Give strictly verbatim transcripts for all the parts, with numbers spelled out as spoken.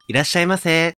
いらっしゃいませ。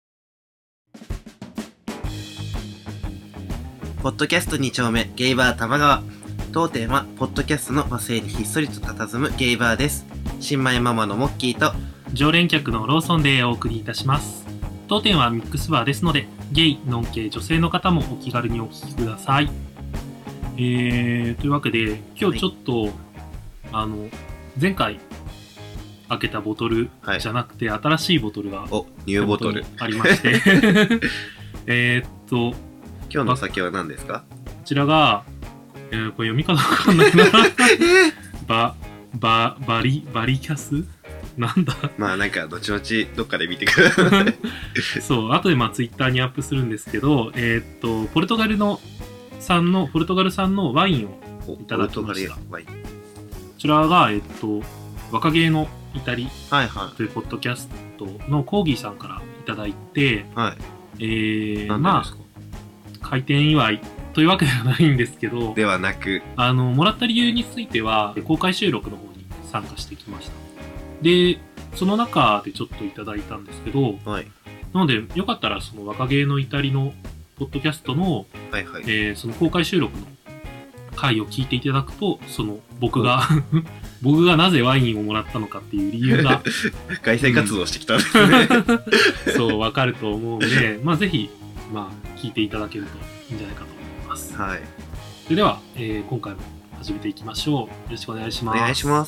ポッドキャストに丁目ゲイバー玉川。当店はポッドキャストの和製にひっそりと佇むゲイバーです。新米ママのモッキーと常連客のローソンでお送りいたします。当店はミックスバーですので、ゲイ、ノン系、女性の方もお気軽にお聞きください。えー、というわけで今日ちょっと、はい、あの前回開けたボトルじゃなくて、はい、新しいボトルがおニューボトルありましてえっと今日の酒は何ですか？ こちらが、えー、これ読み方わかんないなバババリバリキャスなんだまあなんか後々どっかで見てくださいそう後でまあツイッターにアップするんですけど、えー、っとポルトガルの産のポルトガル産のワインをいただきました。こちらがえー、っと若芸のイタリというポッドキャストのコーギーさんからいただいて、はい、えー、まあ開店祝いというわけではないんですけど、 ではなくあのもらった理由については公開収録の方に参加してきました。でその中でちょっといただいたんですけど、はい、なのでよかったらその若芸のイタリのポッドキャストの、はいはい、えー、その公開収録の回を聞いていただくと、その僕が僕がなぜワインをもらったのかっていう理由が凱旋活動してきたんですね、 うん、そう分かると思うので、まあぜひまあ聞いていただけるといいんじゃないかと思います。はい。それでは、えー、今回も始めていきましょう。よろしくお願いします。 お願いします。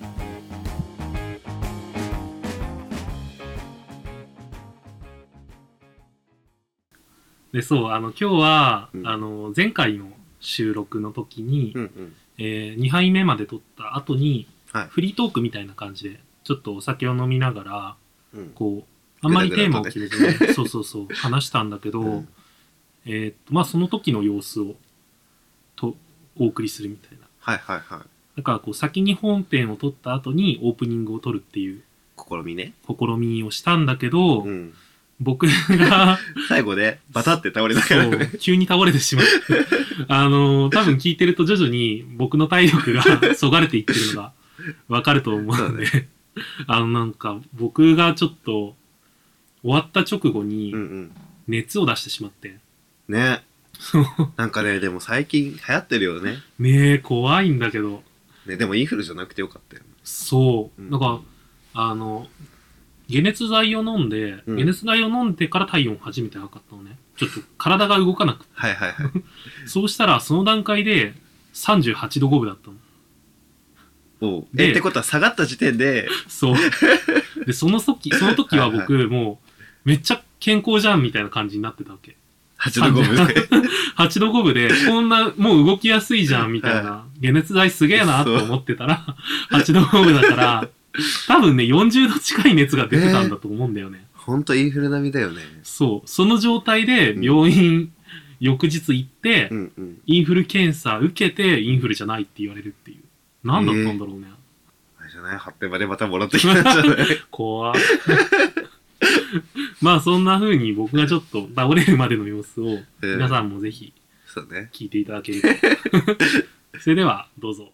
でそうあの今日は、うん、あの前回の収録の時に、うんうんえー、にはいめまで撮った後に、はい、フリートークみたいな感じでちょっとお酒を飲みながら、うん、こうあんまりテーマを決めずに、ね、そうそうそう話したんだけど、うんえー、っとまあその時の様子をとお送りするみたいな。 はいはいはい。 だからこう先に本編を撮った後にオープニングを撮るっていう試みね。 試みをしたんだけど、うん、僕が最後でバタって倒れたから、 ね、そう急に倒れてしまってあの多分聞いてると徐々に僕の体力がそがれていってるのが分かると思うので、ね、あのなんか僕がちょっと終わった直後に熱を出してしまって、 うんうん、ねなんかねでも最近流行ってるよね。 ねえ怖いんだけど、 ね、でもインフルじゃなくてよかったよ。 そう、うん、なんかあの解熱剤を飲んで、うん、解熱剤を飲んでから体温を初めて測ったのね。ちょっと体が動かなくてはいはいはいそうしたらその段階でさんじゅうはちどごぶだったの。 おうえってことは下がった時点でそうでその時その時は僕はい、はい、もうめっちゃ健康じゃんみたいな感じになってたわけ。 はちどごぶではちどごぶでこんなもう動きやすいじゃんみたいな、はい、解熱剤すげえなと思ってたらはちどごぶだから多分ねよんじゅうど近い熱が出てたんだと思うんだよね。 ほんとインフル並みだよね。 そうその状態で病院、うん、翌日行って、うんうん、インフル検査受けてインフルじゃないって言われるっていう。何だったんだろうね。 あれじゃない発表までまたもらってきたんじゃない怖まあそんな風に僕がちょっと倒れるまでの様子を皆さんもぜひ聞いていただけると、ね、それではどうぞ。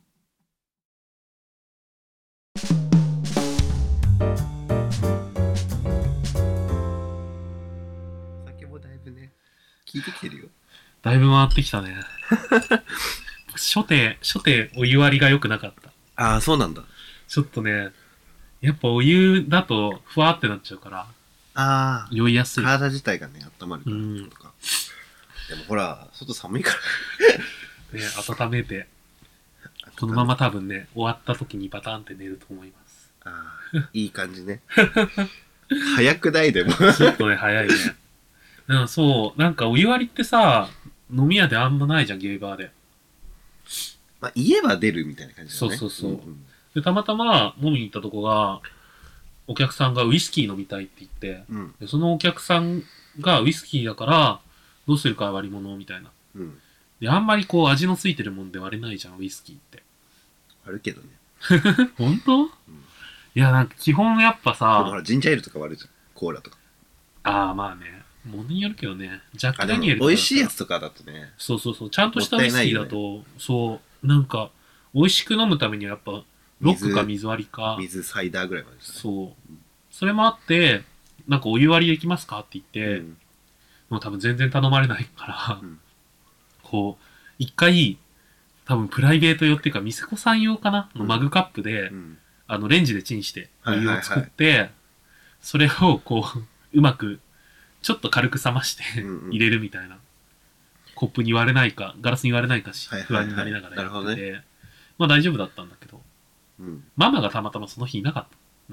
酒もだいぶね聞いてきてるよ。 だいぶ回ってきたね初手初手お湯割りが良くなかった。 ああそうなんだ。 ちょっとねやっぱお湯だとふわってなっちゃうからああ酔いやすい。 体自体がね温まるからとか、うん、でもほら外寒いからね温めてこのまま多分ね終わった時にバタンって寝ると思います。 ああいい感じね早くないでもちょっとね早いね。でもそうなんかお湯割りってさ飲み屋であんまないじゃんゲーバーで。 まあ言えば出るみたいな感じだね。 そうそうそう、うんうん、でたまたま飲みに行ったとこがお客さんがウイスキー飲みたいって言って、うん、でそのお客さんがウイスキーだからどうするか割り物みたいな、うん、であんまりこう味のついてるもんで割れないじゃんウイスキーって。 あるけどね本当、うん、いやなんか基本やっぱさほらジンジャーエールとか割るじゃんコーラとか。 ああまあねものによるけどね。ジャックダニエルとか美味しいやつとかだとねそうそうそうちゃんとしたウイスキーだと、ね、そうなんか美味しく飲むためにはやっぱロックか水割りか水サイダーぐらいまで、ね、 そうそれもあって、なんかお湯割りできますかって言って、うん、もう多分全然頼まれないから、うん、こう、一回、多分プライベート用っていうか、店子さん用かなのマグカップで、うん、あの、レンジでチンしてお湯を作って、はいはいはい、それをこう、うまく、ちょっと軽く冷まして入れるみたいな。コップに割れないか、ガラスに割れないかし、はいはいはい、不安になりながらやってて、ね、まあ大丈夫だったんだけど、うん、ママがたまたまその日いなかった。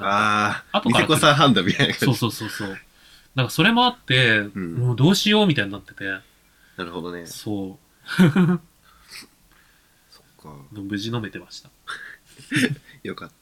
ああ、店子さんハンドみたいな感じ。そうそうそうそう。なんかそれもあって、うん、もうどうしようみたいになってて。 なるほどね。 そう。 そっか。 無事飲めてました。 よかった。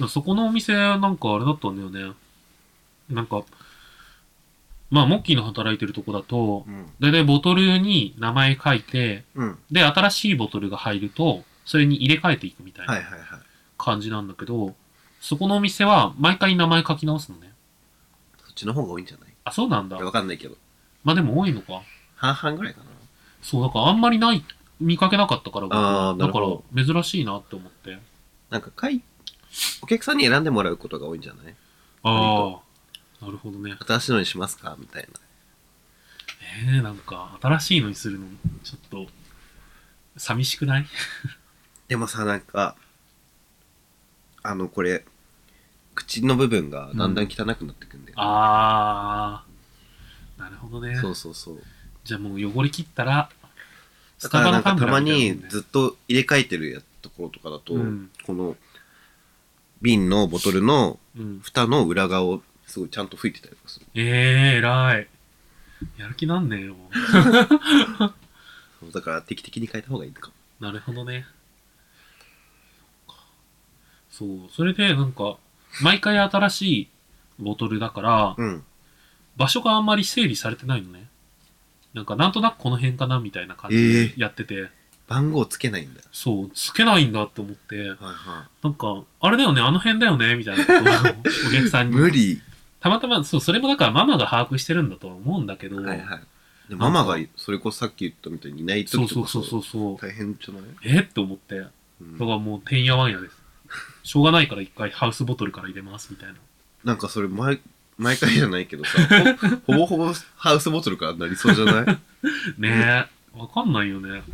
そこのお店なんかあれだったんだよね。なんか、まあ、モッキーの働いてるとこだと、うん、だいたいボトルに名前書いて、うん、で、新しいボトルが入ると、それに入れ替えていくみたいな感じなんだけど、はいはいはい、そこのお店は毎回名前書き直すのね。 そっちの方が多いんじゃない？ あ、そうなんだ。 わかんないけど。 まあでも多いのか。 半々ぐらいかな。 そう、だからあんまりない、見かけなかったから、あだから珍しいなって思って。 なんか書い、お客さんに選んでもらうことが多いんじゃない？ ああ。なるほどね。 新しいのにしますかみたいな。 えー、なんか、新しいのにするの、ちょっと、寂しくない？ でもさ、なんか、あの、これ、口の部分がだんだん汚くなってくんだよ、ね、 うん、あー、なるほどね。 そうそうそう。 じゃあもう汚れ切ったら、 だからなんかたまにずっと入れ替えてるやところとかだと、うん、この、瓶のボトルの蓋の裏側をすごいちゃんと拭いてたりとかする。 ええー、偉い。やる気なんねえよ。 だから定期的に変えた方がいいかも。 なるほどね。そう。それでなんか、毎回新しいボトルだから、うん、場所があんまり整理されてないのね。なんかなんとなくこの辺かなみたいな感じでやってて。えー、 番号つけないんだ。 そう。つけないんだって思って。はいはい、なんか、あれだよね、あの辺だよねみたいなことをお客さんに。 無理。 たまたま、そう、それもだからママが把握してるんだとは思うんだけど。はいはい。 でママが、それこそさっき言ったみたいにいない時とかそうそうそうそう。 大変じゃない？ えって思って。うん、だからもう、てんやわんやです。しょうがないから一回ハウスボトルから入れますみたいな。 なんかそれ毎、毎回じゃないけどさ、ほ, ほぼほぼハウスボトルからなりそうじゃない？ ねえ。わかんないよね。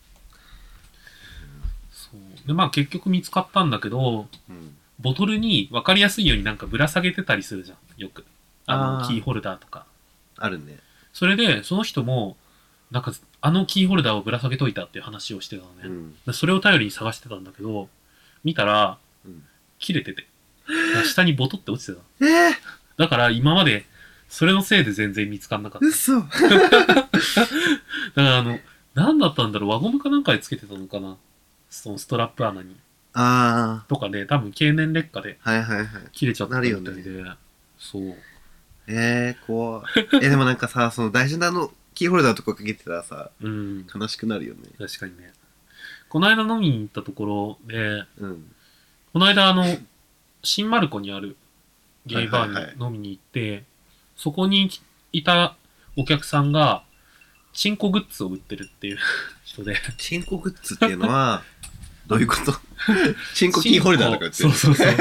そう。で、まあ結局見つかったんだけど、うんボトルに分かりやすいようになんかぶら下げてたりするじゃん、よく。あの、キーホルダーとか。 あるね。 それで、その人も、なんか、あのキーホルダーをぶら下げといたっていう話をしてたのね。うん、それを頼りに探してたんだけど、見たら、うん、切れてて。下にボトって落ちてた。えー、だから今まで、それのせいで全然見つかんなかった。 嘘だからあの、何だったんだろう、輪ゴムかなんかでつけてたのかな。そのストラップ穴に。 ああ。 とかで、多分経年劣化で、 はいはいはい。 切れちゃったみたいで、ね、そう。 えー、怖い。え、でもなんかさ、その大事なの、キーホルダーとかかけてたらさ、うん、悲しくなるよね。 確かにね。この間飲みに行ったところで、うん、この間あの、新丸子にあるゲイバーに飲みに行って、はいはいはい、そこにいたお客さんが、チンコグッズを売ってるっていう人で。 チンコグッズっていうのは、どういうことチンコキーホルダーとか売ってる。そうそうそう。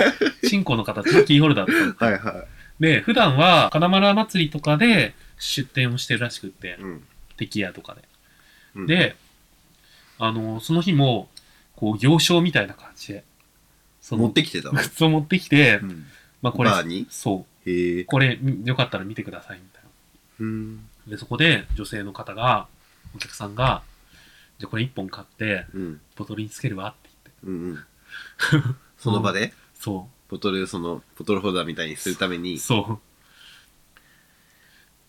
チンコの形のキーホルダーとか。はいはい。で、普段は金丸祭りとかで出店をしてるらしくって、うん、敵屋とかで。うん、で、あの、その日も、こう、行商みたいな感じで。 その持ってきてたの？ 靴を持ってきて、うん、まあこれ、 バーに？ そう。へえ。これ、よかったら見てください、みたいな。うん。で、そこで女性の方が、お客さんが、じゃあこれ一本買って、うん、ボトルにつけるわって言って。うんうん、 その場でそう。 ボトル、その、ボトルホルダーみたいにするために。 そう。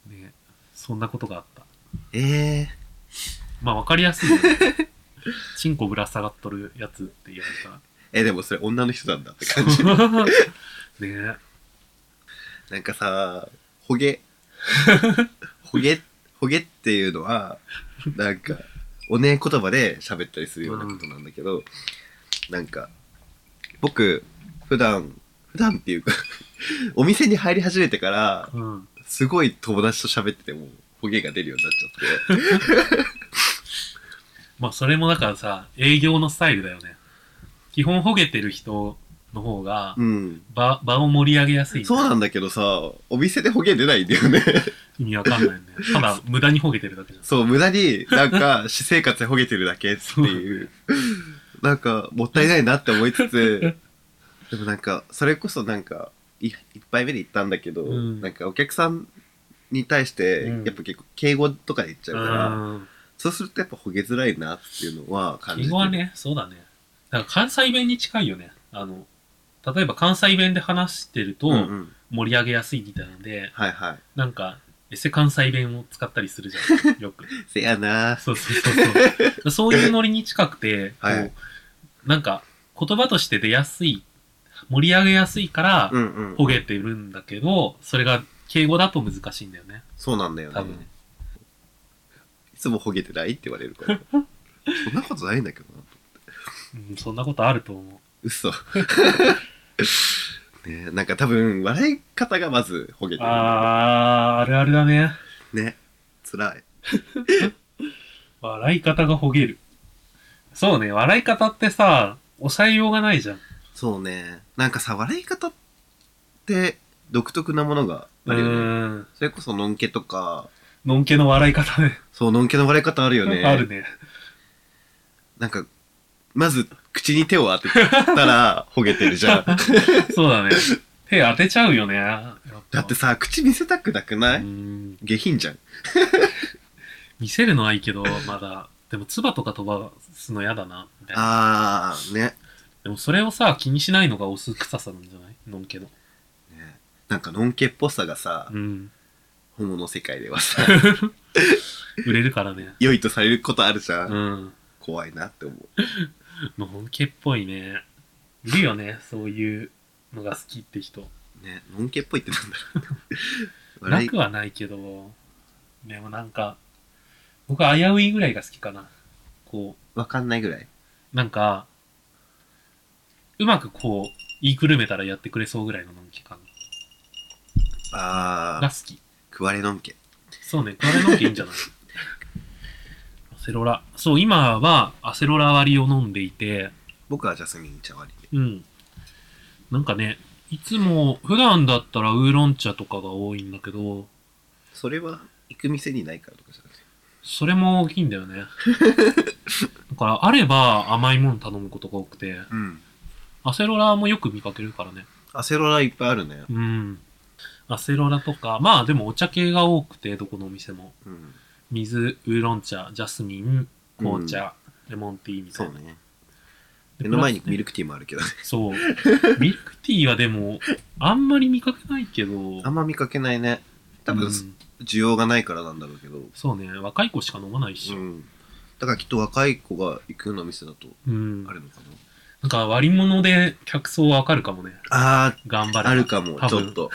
ね、そんなことがあった。 ええー。 まあ、わかりやすい、ね。チンコぶら下がっとるやつって言われた。 え、でもそれ女の人なんだって感じ。ねえ。なんかさ、ほげ。ほげ、ほげっていうのは、なんか、おねえ言葉で喋ったりするようなことなんだけど、うん、なんか、僕、普段、普段っていうか、お店に入り始めてから、うん、すごい友達と喋ってても、ほげが出るようになっちゃって。 まあ、それもだからさ、営業のスタイルだよね。基本ほげてる人の方が、 うん。 場、場を盛り上げやすい。 そうなんだけどさ、お店でほげ出ないんだよね。 意味わかんないね。ただ、無駄にほげてるだけじゃん。 そう、無駄になんか、私生活でほげてるだけっていう。なんか、もったいないなって思いつつ、でもなんか、それこそなんか、い一杯目で言ったんだけど、うん、なんかお客さんに対して、やっぱ結構敬語とかで言っちゃうから、うん、そうするとやっぱほげづらいなっていうのは感じてる。 敬語はね、そうだね。だから関西弁に近いよね。あの、例えば関西弁で話してると盛り上げやすいみたいなので、うんうん、 はいはい。 なんか、エセ関西弁を使ったりするじゃん、よく。 せやな。 そうそうそうそう。そういうノリに近くて、はい、こうなんか言葉として出やすい、盛り上げやすいから、ほげてるんだけど、それが敬語だと難しいんだよね。 そうなんだよね。多分。いつもほげてないって言われるから。そんなことないんだけどな。 うん、そんなことあると思う。 嘘。ね、なんか多分、笑い方がまずほげてる。 あー、あるあるだね。 ね。辛い。 笑い方がほげる。そうね、笑い方ってさ、抑えようがないじゃん。 そうね。なんかさ、笑い方って独特なものがあるよね。それこそのんけとか。 のんけの笑い方ね。 そう、のんけの笑い方あるよね。 あるね。 なんか、まず口に手を当てたらほげてるじゃん。 そうだね。手当てちゃうよね。 だってさ、口見せたくなくない？下品じゃん。 見せるのはいいけど、まだ。でも、唾とか飛ばすの嫌だな、みたいな。あー、ね。 でも、それをさ、気にしないのがオス臭さなんじゃない？のんけの。 ね。なんか、のんけっぽさがさ、うん、ホモの世界ではさ、 売れるからね。 良いとされることあるじゃん。 うん。 怖いなって思う。 のんけっぽいね。いるよね、そういうのが好きって人。 ね、のんけっぽいってなんだろう。 なくはないけど、でもなんか、僕は危ういぐらいが好きかな。こう。わかんないぐらい。 なんか、うまくこう、言いくるめたらやってくれそうぐらいののんけかな。 あー。 が好き。 食われのんけ。 そうね、食われのんけいいんじゃないアセロラ。そう、今はアセロラ割りを飲んでいて。 僕はジャスミン茶割りで。うん。なんかね、いつも、普段だったらウーロン茶とかが多いんだけど。 それは行く店にないからとかじゃなくて。 それも大きいんだよね。だから、あれば甘いもの頼むことが多くて。うん。アセロラもよく見かけるからね。 アセロラいっぱいあるね。 うん。アセロラとか、まあでもお茶系が多くて、どこのお店も。うん。水、ウーロン茶、ジャスミン、紅茶、うん、レモンティーみたいな。そうね。 目の前にミルクティーもあるけどね。 そう。ミルクティーはでも、あんまり見かけないけど。 あんま見かけないね。多分、うん、需要がないからなんだろうけど。 そうね。若い子しか飲まないし。 うん。だからきっと若い子が行くような店だと、あるのかな。うん、 なんか割り物で客層わかるかもね。 ああ、 頑張る。 あるかも、ちょっと。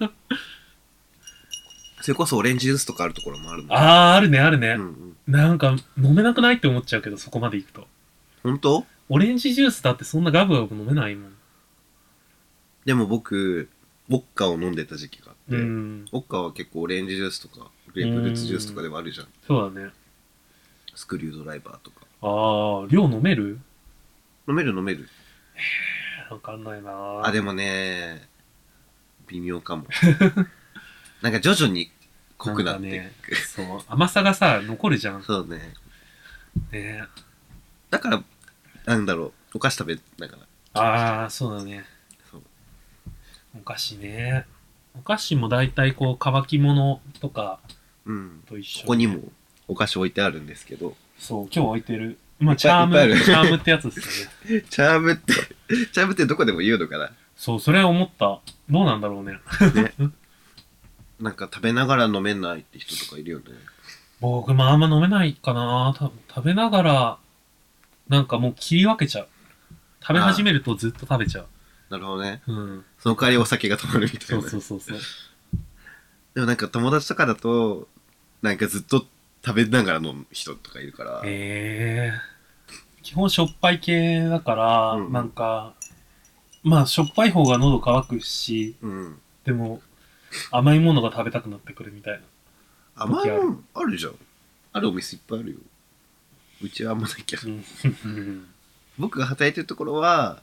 それこそオレンジジュースとかあるところもあるの。 ああ、あるね、あるね。うんうん、なんか飲めなくないって思っちゃうけど、そこまで行くと。 本当？ オレンジジュースだってそんなガブガブ飲めないもん。 でも僕、ウォッカを飲んでた時期があって、うん、ウォッカは結構オレンジジュースとか、グレープフルーツジュースとかでもあるじゃん。 そうだね。 スクリュードライバーとか。 ああ、量飲める？ 飲める飲める。 へえ、わかんないな。 あ、でもね、微妙かも。なんか徐々に濃くなっていく。ね、 そう、甘さがさ、残るじゃん。 そうね。 ねだから、なんだろう、お菓子食べながら。ああ、そうだね。そう。お菓子ね。お菓子も大体こう、乾き物とかと一緒、ね、 うん。ここにもお菓子置いてあるんですけど。 そう、今日置いてる。まあ、チャーム、チャームってやつですよね。 チャームって、チャームってどこでも言うのかな。 そう、それは思った。どうなんだろうね。ね。 なんか食べながら飲めないって人とかいるよね。 僕もあんま飲めないかな。た食べながら、なんかもう切り分けちゃう。食べ始めるとずっと食べちゃう。 なるほどね。うん。その代わりお酒が止まるみたいな。 そうそうそうそう。 でもなんか友達とかだと、なんかずっと食べながら飲む人とかいるから。 へえー。基本しょっぱい系だから、うん、なんか、まあしょっぱい方が喉乾くし、うん、でも甘いものが食べたくなってくるみたいな。 甘いものあるじゃん。あるお店いっぱいあるよ。うちはあんまないけど。僕が働いてるところは、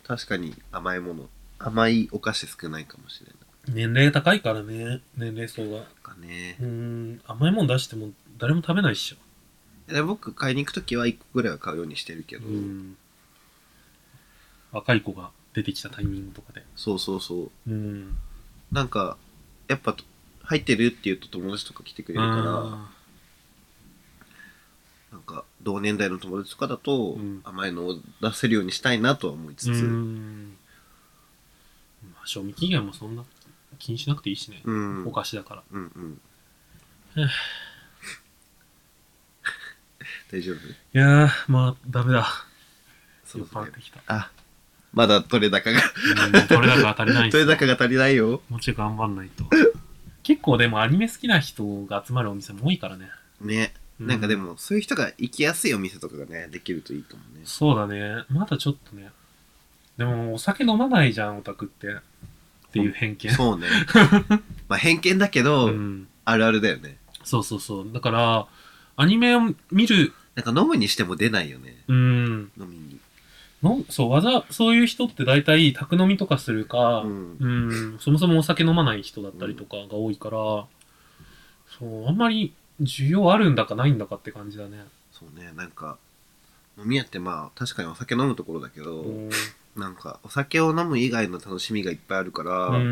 確かに甘いもの、甘いお菓子少ないかもしれない。 年齢高いからね、年齢層が。 かね。 うん、甘いもん出しても誰も食べないっしょ。 で僕買いに行くときはいっこぐらいは買うようにしてるけど、うん、 若い子が出てきたタイミングとかで。 そうそうそう。 うん、 なんかやっぱ入ってるって言うと友達とか来てくれるから、なんか同年代の友達とかだと甘いのを出せるようにしたいなとは思いつつ、うん、 まあ、賞味期限もそんな気にしなくていいしね、うん、お菓子だから。うんうん大丈夫？いやー、まあダメだ。そうですね。酔っ払ってきた。 あ、まだ取れ高が取れ高が足りない。 取れ高が足りないよ。 もうちょい頑張んないと。結構でもアニメ好きな人が集まるお店も多いからね。 ね。なんかでも、そういう人が行きやすいお店とかがね、できるといいかもね。 そうだね。まだちょっとね。でも、お酒飲まないじゃん、オタクって。っていう偏見。 そうね。まあ偏見だけど、うん、あるあるだよね。 そうそうそう。だから、アニメを見る。 なんか飲むにしても出ないよね。うん。飲みに。 のそう、わざ、そういう人って大体、宅飲みとかするか、うん、うん、そもそもお酒飲まない人だったりとかが多いから、うん、そう、あんまり需要あるんだかないんだかって感じだね。 そうね、なんか、飲み屋ってまあ、確かにお酒飲むところだけど、うん、なんか、お酒を飲む以外の楽しみがいっぱいあるから、うん、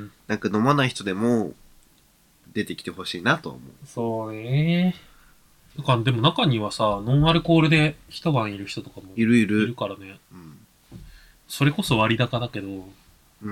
なんか飲まない人でも出てきてほしいなと思う。 そうね。だからでも中にはさ、ノンアルコールで一晩いる人とかもいるいる。 いるからね。うん、それこそ割高だけど、うん、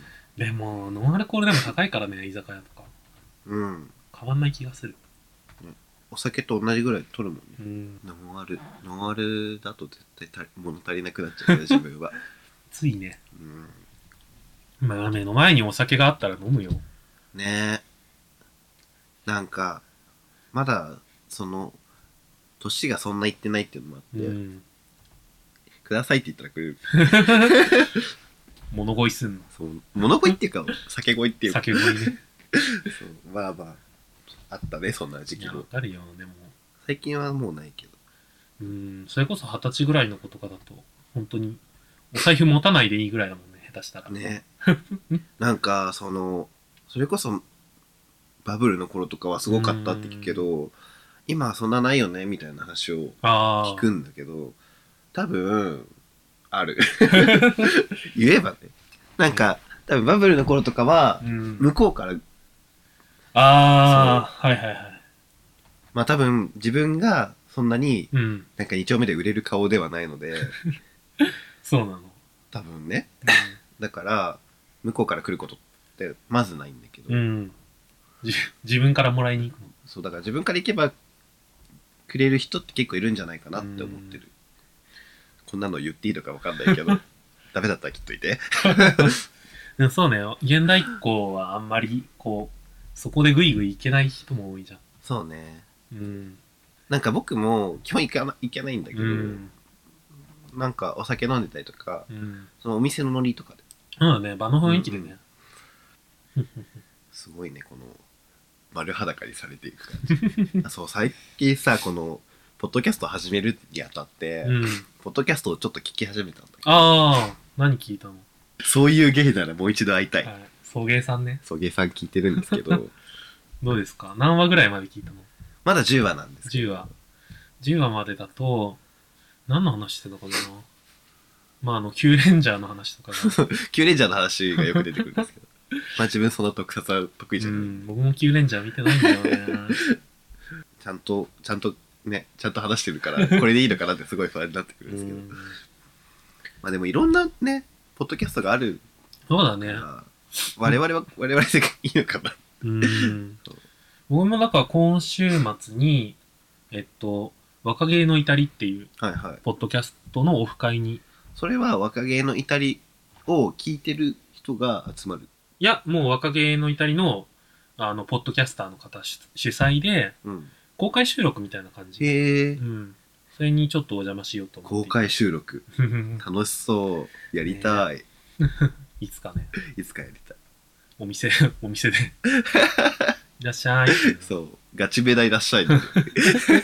でも、ノンアルコールでも高いからね、居酒屋とか。うん。変わんない気がする。 お酒と同じぐらい取るもんね。うん、ノンアル、ノンアルだと絶対物足りなくなっちゃうね、自分は。 ついね。うん。まあ、目の前にお酒があったら飲むよ。 ねえ。なんか、まだ、その、年がそんないってないっていうのもあって、うん、くださいって言ったらくれる。 物乞いすんの。 そう。物乞いっていうか、酒乞いっていうか。 酒乞いね。 そう。まあまあ、あったね、そんな時期も。 わかるよ、でも。 最近はもうないけど。 うん、それこそ二十歳ぐらいの子とかだと、本当に、お財布持たないでいいぐらいだもんね、下手したら。ね。 なんか、その、それこそ、バブルの頃とかはすごかったって聞くけど、今はそんなないよねみたいな話を聞くんだけど、多分ある。言えばね。なんか多分バブルの頃とかは向こうから、うん、 ああはいはいはい。 まあ多分自分がそんなになんかに丁目で売れる顔ではないので、うん、 そうなの。 多分ね。うん、だから向こうから来ることってまずないんだけど、うん、 自分からもらいに行くの。 そうだから自分から行けばくれる人って結構いるんじゃないかなって思ってる。こんなの言っていいのか分かんないけどダメだったら切っといて。 でもそうね、現代っ子はあんまりこうそこでグイグイいけない人も多いじゃん。 そうね、うん、なんか僕も基本行かな、行けないんだけど、うん、なんかお酒飲んでたりとか、うん、そのお店のノリとかで、 うんね、場の雰囲気でね、 うんうん、すごいね、この丸裸にされていく感じ。そう、最近さ、このポッドキャスト始めるにあたって、うん、ポッドキャストをちょっと聞き始めたんだけど。 ああ、何聞いたの？ そういうゲイならもう一度会いたい。はい、 送迎さんね。 送迎さん聞いてるんですけど。 どうですか？何話ぐらいまで聞いたの？ まだじゅうわなんですけど。 じゅうわ。じゅうわまでだと、何の話してたかな？まあ、あの、キューレンジャーの話とかが。 キューレンジャーの話がよく出てくるんですけど。まあ自分その特撮は得意じゃない。うん、 僕もキューレンジャー見てないんだよね。 ちゃんと、ちゃんとね、ちゃんと話してるから、これでいいのかなってすごい不安になってくるんですけど。まあでもいろんなね、ポッドキャストがある。 そうだね。 我々は、我々でいいのかな。うん。 僕もだから今週末に、えっと、若芸の至りっていう、はいはい、ポッドキャストのオフ会に。 それは若芸の至りを聞いてる人が集まる？ いや、もう若芸の至りの、あの、ポッドキャスターの方主催で、うん、公開収録みたいな感じ。へー。うん。それにちょっとお邪魔しようと思って。 公開収録。楽しそう。やりたい。 いつかね。 いつかやりたい。 お店、お店で。いらっしゃい。 そう。ガチベダいらっしゃい。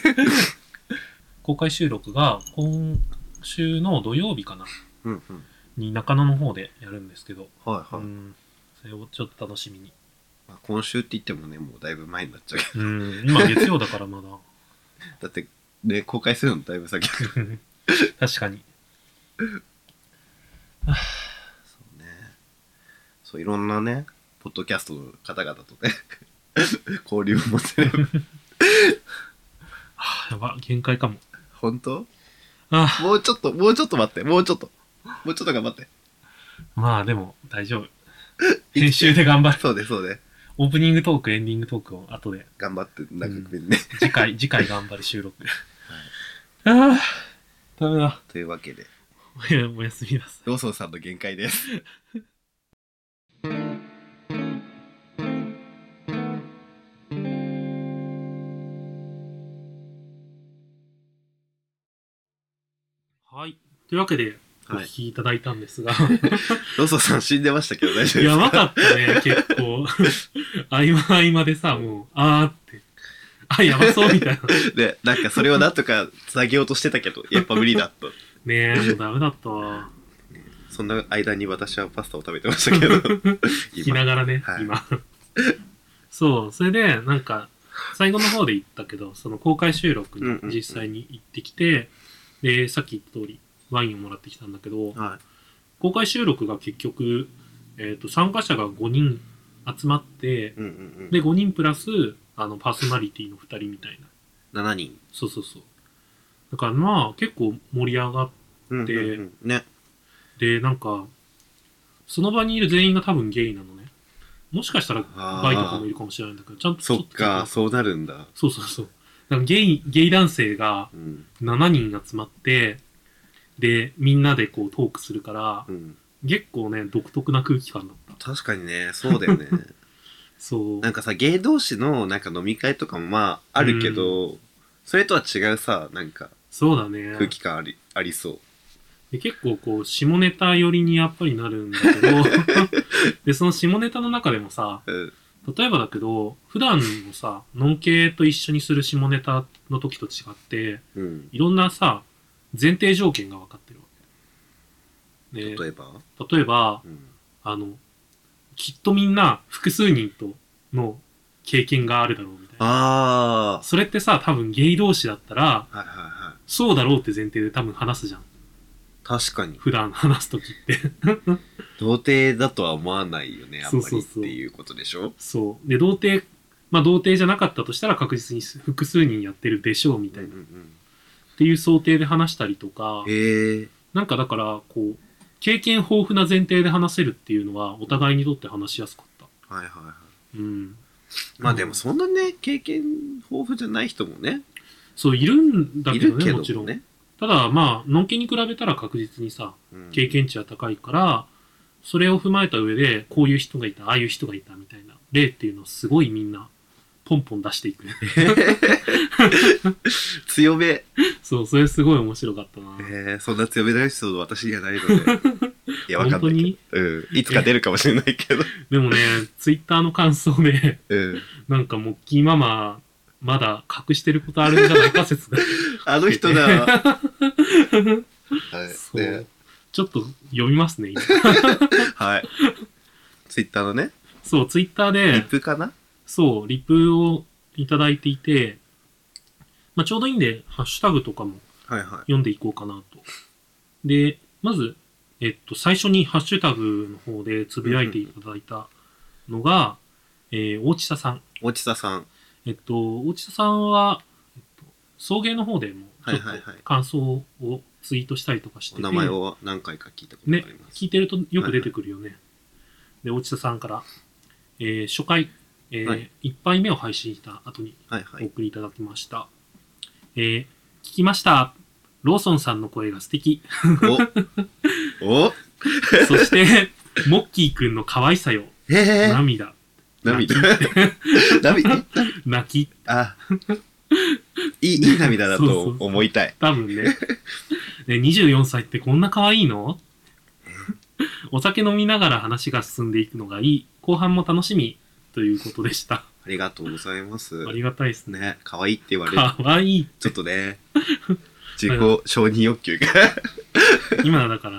公開収録が今週の土曜日かな。うんうん。 に中野の方でやるんですけど、 はいはい。 うん、それをちょっと楽しみに。 まあ、今週って言ってもね、もうだいぶ前になっちゃうけど。うん、今月曜だからまだ。 だって、ね、公開するのだいぶ先確かに。 そうね。そう、いろんなね、ポッドキャストの方々とね、交流を持ってる。 はあ、やば、限界かも。 本当？ ああ、 もうちょっと、もうちょっと待って、もうちょっと。もうちょっと頑張って。 まあでも、大丈夫。編集で頑張る。 そうで、そうで。 オープニングトーク、エンディングトークを後で。 頑張って、なんかね、うん、 次回、次回頑張る収録。はい、ああ、ダメだ。 というわけで。 おやすみなさい。 ローソンさんの限界です。 はい。というわけで、お聞きいただいたんですが、 はい、ロソさん死んでましたけど大丈夫ですか？ やばかったね、結構。合間合間でさ、もう、あーって、あ、やばそうみたいな。 で、なんかそれをなんとかつなげようとしてたけど、やっぱ無理だった。 ねえ、もうダメだったわ。 そんな間に私はパスタを食べてましたけど。 聞きながらね、はい、今。そう、それで、なんか、最後の方で言ったけど、その公開収録に実際に行ってきて、うんうんうん、で、さっき言った通り、ワインをもらってきたんだけど、はい、公開収録が結局、えーと、参加者がごにん集まって、うんうんうん、で、ごにんプラス、あの、パーソナリティのふたりみたいな。ななにん。 そうそうそう。だからまあ、結構盛り上がって、うんうんうん、 ね。 で、なんか、その場にいる全員が多分ゲイなのね。もしかしたらバイとかもいるかもしれないんだけど、ちゃんとそっか、そうなるんだ。 そうそうそう。なんかゲイ、ゲイ男性がしちにん集まって、で、みんなでこうトークするから、うん、結構ね、独特な空気感だった。 確かにね、そうだよね。 そう。 なんかさ、ゲイ同士のなんか飲み会とかもまああるけど、うん、それとは違うさ、なんか、 そうだね。 空気感あり、ありそう。 で結構こう、下ネタ寄りにやっぱりなるんだけど、で、その下ネタの中でもさ、うん、例えばだけど、普段のさ、ノンケと一緒にする下ネタの時と違って、うん、いろんなさ、前提条件が分かってるわけ。で、 例えば例えば、うん、あの、きっとみんな複数人との経験があるだろうみたいな。 ああ。 それってさ、多分ゲイ同士だったら、 はいはいはい、 そうだろうって前提で多分話すじゃん。 確かに。 普段話すときって童貞だとは思わないよね、あんまりっていうことでしょ？ そう。で、童貞、まあ童貞じゃなかったとしたら確実に複数人やってるでしょうみたいな。うんうんうん、っていう想定で話したりとか、 へなんかだから、こう、経験豊富な前提で話せるっていうのは、お互いにとって話しやすかった。 はいはいはい。 うん。 まあでもそんなね、経験豊富じゃない人もね。 そう、いるんだけどね、いるけどね、もちろん。 ね、 ただまあ、のんけに比べたら確実にさ、経験値は高いから、それを踏まえた上で、こういう人がいた、ああいう人がいたみたいな例っていうのをすごいみんな、ポンポン出していく。 強め。 そう、それすごい面白かったな。 えー、そんな強めなエピソード私にはないので。いや、わかんないけど。うん。いつか出るかもしれないけど。 でもね、ツイッターの感想で、 うん、 なんかモッキーママ、まだ隠してることあるんじゃないか説が。 あの人だ。はい。 そう、ね。ちょっと読みますね、今。 はい。ツイッターのね。 そう、ツイッターで。 リップかな？ そう、リプをいただいていて、まあ、ちょうどいいんで、ハッシュタグとかも読んでいこうかなと。はいはい、で、まず、えっと、最初にハッシュタグの方でつぶやいていただいたのが、うんうん、えー、大地田さん。 大地田さん。 えっと、大地田さんは、えっと、送迎の方でも、ちょっと感想をツイートしたりとかしてて、 はいはいはい、お名前を何回か聞いたことがあります。 ね、聞いてるとよく出てくるよね。はいはい、で、大地田さんから、えー、初回、えーはい、いっぱいめを配信した後にお送りいただきました。はいはい、えー、聞きました。ローソンさんの声が素敵。 おおそして、モッキーくんの可愛さよ。 へー涙。 涙涙泣き。 あいい、いい涙だと思いたい。 そうそうそう多分ね。ね、にじゅうよんさいってこんな可愛いの？お酒飲みながら話が進んでいくのがいい。後半も楽しみということでした。 ありがとうございます。 ありがたいですね。 ね、可愛いって言われる。 可愛い。 ちょっとね、自己承認欲求が。 今だからさ、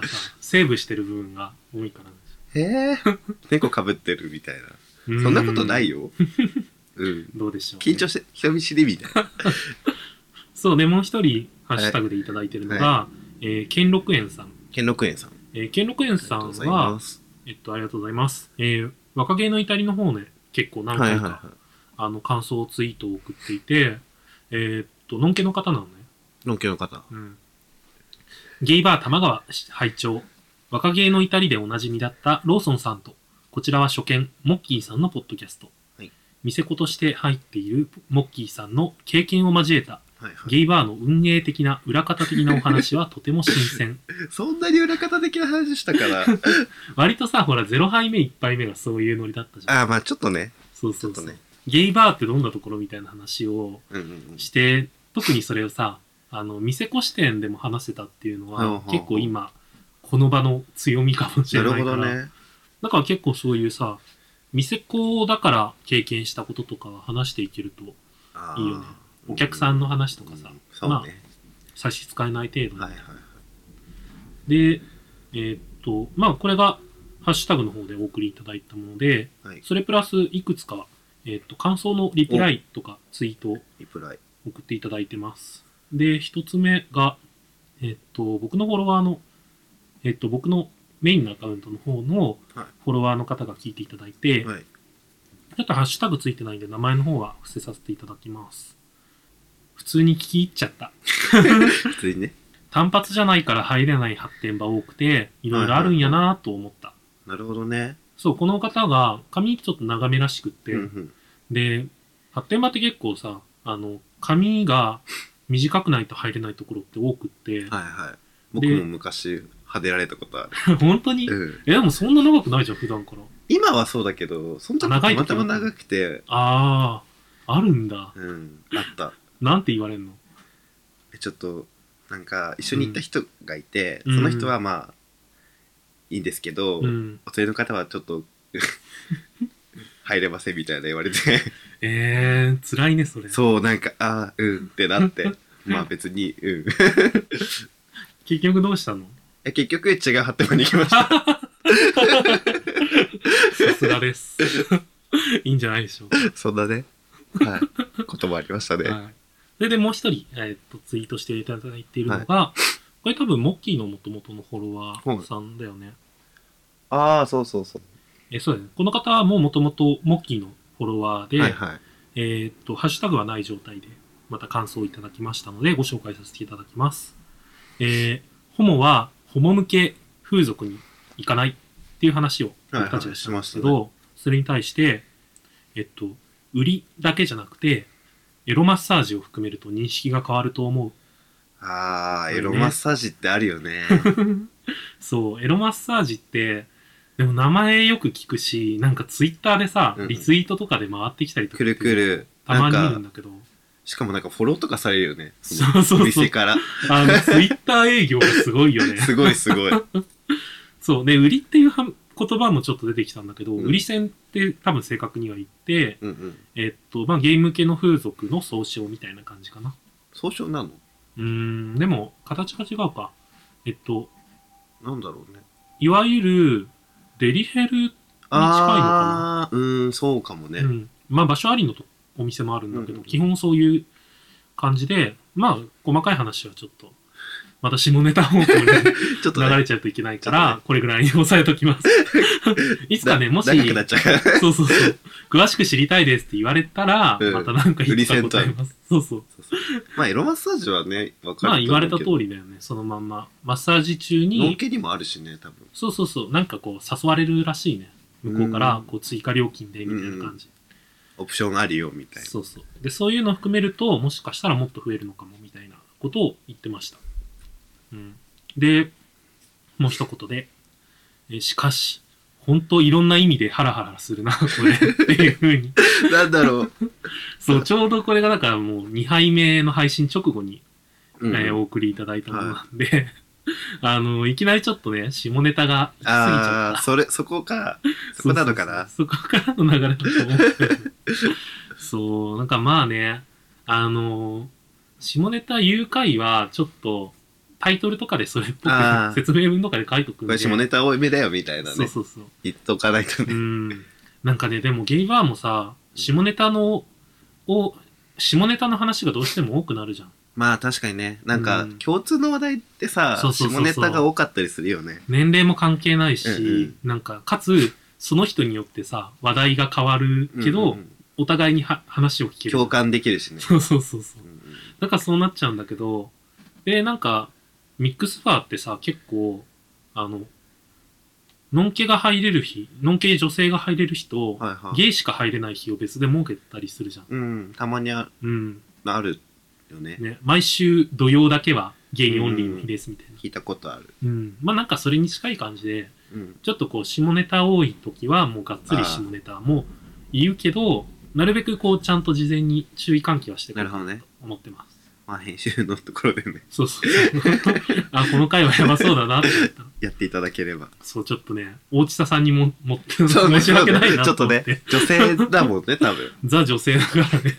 セーブしてる部分が多いからへえ猫かぶってるみたいな。そんなことないよ。うん。 どうでしょう、ね、 緊張して人見知りみたいな。 そうでもう一人ハッシュタグでいただいてるのが、はい、えー、兼六園さん。 兼六園さん。 えー、兼六園さんはえっとありがとうございます。えー、若芸の至りの方ね結構何回か、はいはいはい、あの感想ツイートを送っていて、えー、っとのんけの方なのね。 のんけの方。 うん。ゲイバー玉川拝聴。若芸の至りでおなじみだったローソンさんと、こちらは初見、モッキーさんのポッドキャスト。はい、店子として入っているモッキーさんの経験を交えた、はいはい、ゲイバーの運営的な裏方的なお話はとても新鮮。 そんなに裏方的な話したから。 割とさ、ほら、ゼロ杯目、いち杯目がそういうノリだったじゃん。 ああ、まあちょっとね。 そうそうそう。ね、ゲイバーってどんなところみたいな話をして、うんうんうん、特にそれをさ、あの、店子視点でも話せたっていうのは、結構今、この場の強みかもしれないから。なるほどね。だから結構そういうさ、店子だから経験したこととかは話していけるといいよね。お客さんの話とかさ、うん、まあ、ね、差し支えない程度に、はいはいはい。で、えー、っと、まあこれがハッシュタグの方でお送りいただいたもので、はい、それプラスいくつか、えー、っと、感想のリプライとかツイートを送っていただいてます。で、一つ目が、えー、っと、僕のフォロワーのえっと、僕のメインのアカウントの方のフォロワーの方が聞いていただいて、はい、ちょっとハッシュタグついてないんで名前の方は伏せさせていただきます。普通に聞き入っちゃった。 普通にね。 単発じゃないから入れない発展場多くて、いろいろあるんやなと思った、 はいはいはい。なるほどね。 そう、この方が髪ちょっと長めらしくって、うんうん、で、発展場って結構さ、あの、髪が短くないと入れないところって多くって、はいはい。僕も昔、派手られたことある。 本当に、うん、え、でもそんな長くないじゃん、普段から。 今はそうだけど、その時たまたま長くて。 ああ、あるんだ。 うん、あった。 なんて言われんの？ ちょっと、なんか、一緒に行った人がいて、うん、その人はまあ、いいんですけど、うん、お連れの方はちょっと、入れませんみたいな言われて。 えー、辛いね、それ。 そう、なんか、ああ、うんってなって。まあ別に、うん。 結局どうしたの？ え結局違う発展場に行きました。さすがです。いいんじゃないでしょうか。 そんなね、はい、こともありましたね。はい、 それでもう一人、えー、っとツイートしていただいているのが、はい、これ多分モッキーの元々のフォロワーさんだよね。 ああ、そうそうそう。 えそうだね。この方ももともとモッキーのフォロワーで、はいはい、えー、っとハッシュタグはない状態でまた感想をいただきましたのでご紹介させていただきます。えー、ホモはホモ向け風俗に行かないっていう話を僕たちがしたんですけど、はいはいね、それに対して、えっと、売りだけじゃなくて、エロマッサージを含めると認識が変わると思う。 あー、エロマッサージってあるよね。 そう、エロマッサージって、でも名前よく聞くし、なんかツイッターでさ、うん、リツイートとかで回ってきたりとか。 くるくる。 たまに見るんだけど。 しかもなんかフォローとかされるよね。 そうそうそう。お店から。 あの、ツイッター営業がすごいよね。 すごいすごい。 そう。で、売りっていう言葉もちょっと出てきたんだけど、うん、売り線って多分正確には言って、うんうん、えっと、まあ、ゲーム系の風俗の総称みたいな感じかな。 総称なの？ うーん、でも、形が違うか。えっと、 なんだろうね。 いわゆる、デリヘルに近いのかな。 あー、うーん、そうかもね。うん。 まあ、場所ありのとお店もあるんだけど、うんうん、基本そういう感じで、まあ、細かい話はちょっと、また下ネタ方向にちょっと、ね、流れちゃうといけないから、ね、これぐらいに抑えときます。いつかね、もし、 長くなっちゃうからそうそうそう、詳しく知りたいですって言われたら、うん、またなんかいつか答えます。そうそう。 そうそうまあ、エロマッサージはね、わかる。 まあ、言われた通りだよね、そのまんま。マッサージ中に。 のんけにもあるしね、多分。 そうそうそう、なんかこう、誘われるらしいね。向こうから、こう、追加料金で、みたいな感じ。 オプションありよみたいな。 そうそう。で、そういうのを含めると、もしかしたらもっと増えるのかもみたいなことを言ってました。うん、で、もう一言で、えしかし、本当いろんな意味でハラハラするな、これっていう風に。 なんだろう。 そう、ちょうどこれがだからもうにはいめの配信直後に、うん、えー、お送りいただいたものなんで、はい、あの、いきなりちょっとね、下ネタが行き過ぎちゃった。ああ、それ、そこか。そこなのかな。 そこからの流れだと思って。そう、なんかまあね、あの、下ネタ言う回はちょっとタイトルとかでそれっぽあーく説明文とかで書いとくんで。 これ下ネタ多めだよみたいなね。 そうそうそう。 言っとかないとうね。 ん。なんかね、でもゲイバーもさ、下ネタの、を、下ネタの話がどうしても多くなるじゃん。 まあ確かにね。なんかうん共通の話題ってさ、 そうそうそうそう下ネタが多かったりするよね。 年齢も関係ないし、 うんうんなんか、かつ、その人によってさ、話題が変わるけど、 うんうんお互いには話を聞ける。 共感できるしね。 そうそうそうそうう。んだからそうなっちゃうんだけど、で、なんか、ミックスバーってさ、結構、あの、ノンケが入れる日、ノンケ女性が入れる日と、 はいはいゲイしか入れない日を別で設けたりするじゃん。 うん、たまにあうん。 あるよね。 ね、毎週土曜だけはゲイオンリーの日ですみたいな。 聞いたことある。 うん。まあなんかそれに近い感じで、 うん。 ちょっとこう、下ネタ多い時はもうがっつり下ネタも言うけど、なるべくこう、ちゃんと事前に注意喚起はしてくれなるほどね。 と思ってます。 まあ編集のところでね、 そうそうそう。あ、この回はやばそうだなって思った。 やっていただければ。 そう、ちょっとね、大地田さんにも持って、 そうね申し訳ないなちょっとと思って。 ね、女性だもんね、多分。 ザ女性だからね。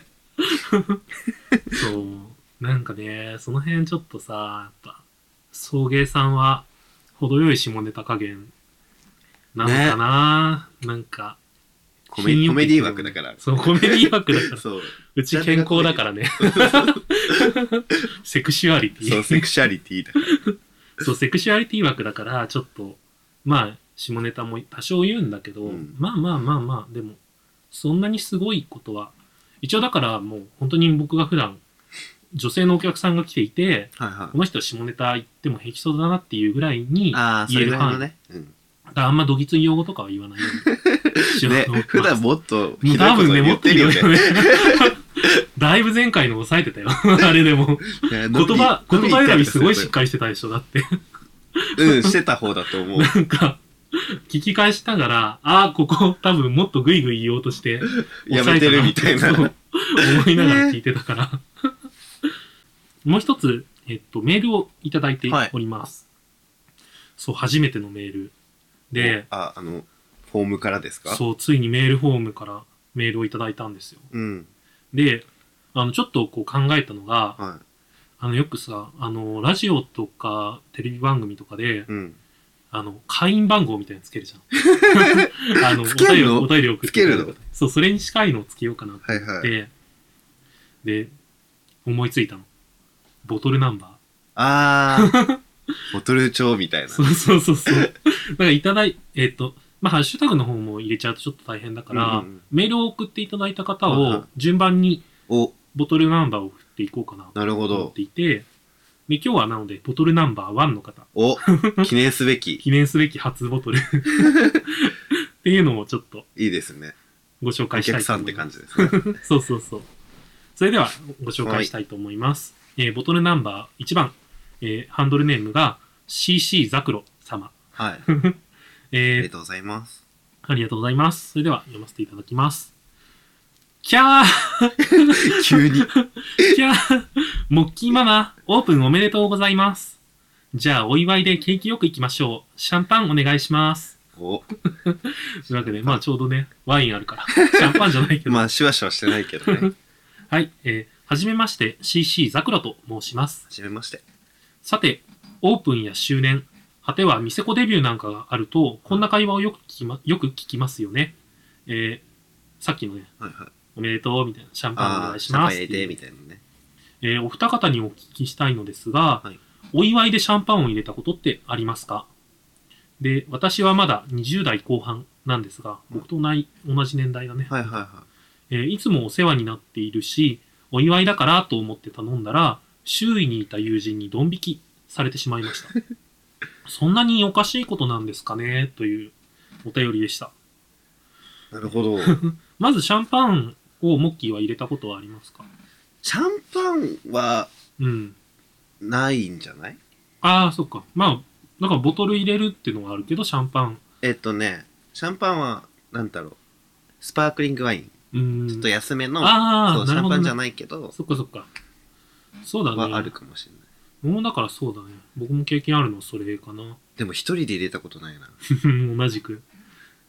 そう。なんかね、その辺ちょっとさ、やっぱ、送迎さんは、程よい下ネタ加減なのかな、なんか、 コメコメディ枠だから。 そう、コメディ枠だから。 そう。 うち健康だからね。セクシュアリティ。 そう、セクシャリティだから。 そう、セクシュアリティ枠だから、ちょっと、まあ、下ネタも多少言うんだけど、 うんまあまあまあまあ、でも、そんなにすごいことは、一応だからもう、本当に僕が普段、女性のお客さんが来ていて、 はいはいこ。の人は下ネタ言っても平気そうだなっていうぐらいにああ、そ言える範囲。 れぐらいのね。うん。 だからあんまどぎつい用語とかは言わないようにしようねと思ってます。 普段もっともうひどいこと多分ね、も言っとひどいよってるよね。 ね。だいぶ前回の抑えてたよ。あれでも。 言言葉、言葉選びすごいしっり。 かりしてたでしょ、だって。 うん、してた方だと思う。 なんか、聞き返しながら、ああ、ここ多分もっとグイグイ言おうとして、 やめてるみたいな。 そう思いながら聞いてたから。もう一つ、えっと、メールをいただいております。そう、初めてのメール。で、 あ、あの、フォームからですか？ そう、ついにメールフォームからメールをいただいたんですよ。 うん。 で、あの、ちょっとこう考えたのが、 はあの、よくさ、あの、ラジオとかテレビ番組とかで、 い。うん。 あの、会員番号みたいなのつけるじゃん。あの、おつけるの便りを、お便りを送ってつけるのそう、それに近いのをつけようかなってはい思って、 はい。 で、思いついたの。ボトルナンバー。 あー、ボトル帳みたいな。 そうそうそうそう。だからいただい、えっ、と、まあ、ハッシュタグの方も入れちゃうとちょっと大変だから、 うんうんうんメールを送っていただいた方はいはいを順番にお、 ボトルナンバーを振っていこうかなとなるほ思っど。 ていて、で、今日はなので、ボトルナンバーワンの方、 お、記念すべき。 記念すべき初ボトルっていうのをちょっといいですね。 ご紹お介したいと客さんって思います。 感じですね。 そうそうそう。それではご紹介したいと思います。えーボトルナンバーいちばん、えーハンドルネームが シーシー ザクロ様。 はい。あえーりがとうございます。 ありがとうございます。それでは読ませていただきます。キャー急に。 キャーモッキーママ、オープンおめでとうございます。じゃあ、お祝いで景気よくいきましょう。シャンパンお願いします。 お、 というわけで、まあちょうどね、ワインあるから。シャンパンじゃないけど。 まあ、シュワシュワしてないけどね。 はい、えー、はじめまして、シーシー ザクロと申します。 はじめまして。 さて、オープンや周年、果ては店子デビューなんかがあると、こんな会話をよく聞きま、よく聞きますよね。えー、さっきのね、 はいはい。 おめでとうみたいな、シャンパンお願あー、 いしますシャンパン入れて、 っていうみたいなね。 えーお二方にお聞きしたいのですが、 はいお祝いでシャンパンを入れたことってありますか？で、私はまだにじゅう代後半なんですが、僕と同い同じ年代だね。 はいはいはえーいつもお世話になっているし、お祝いだからと思って頼んだら、周囲にいた友人にドン引きされてしまいました。そんなにおかしいことなんですかねというお便りでした。 い。なるほど。 まずシャンパンをモッキーは入れたことはありますか？ シャンパンはうん。 ないんじゃない？ ああ、そっか。まあ、なんかボトル入れるっていうのはあるけど、シャンパン。 えっとね、シャンパンは、なんだろう。スパークリングワイン。 うーん。 ちょっと安めの、 ああ、 そう、シなるほど、ね。 ャンパンじゃないけど、 そっかそっか。そうだね。 はあるかもしれない。 僕もだからそうだね。僕も経験あるのはそれかな。 でも一人で入れたことないな。 同じく。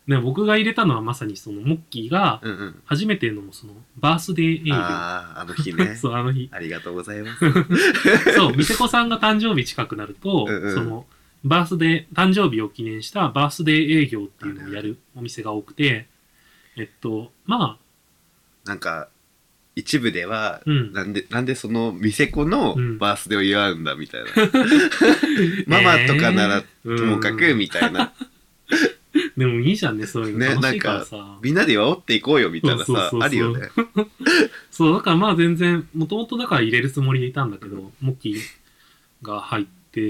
ね、僕が入れたのはまさにそのモッキーがうんうん。 初めてのそのバースデー営業。 ああ、あの日ね。 そう、あの日。 ありがとうございます。 そう、店子さんが誕生日近くなると、 うんうんその、バースデー、誕生日を記念したバースデー営業っていうのをやるお店が多くて、えっと、まなんか、一部では、 うんなんで、なんでその店子のうんバースデーを祝うんだみたいな。ママとかならともかくみたいな。 あ、でもいいじゃんね、そういうのね、 楽しいなんかからさ。、 みんなで祝っていこうよみたいなさそうそうそう、そうあるよね。 そう、だからまあ全然、もともとだから入れるつもりでいたんだけど、モッキーが入って、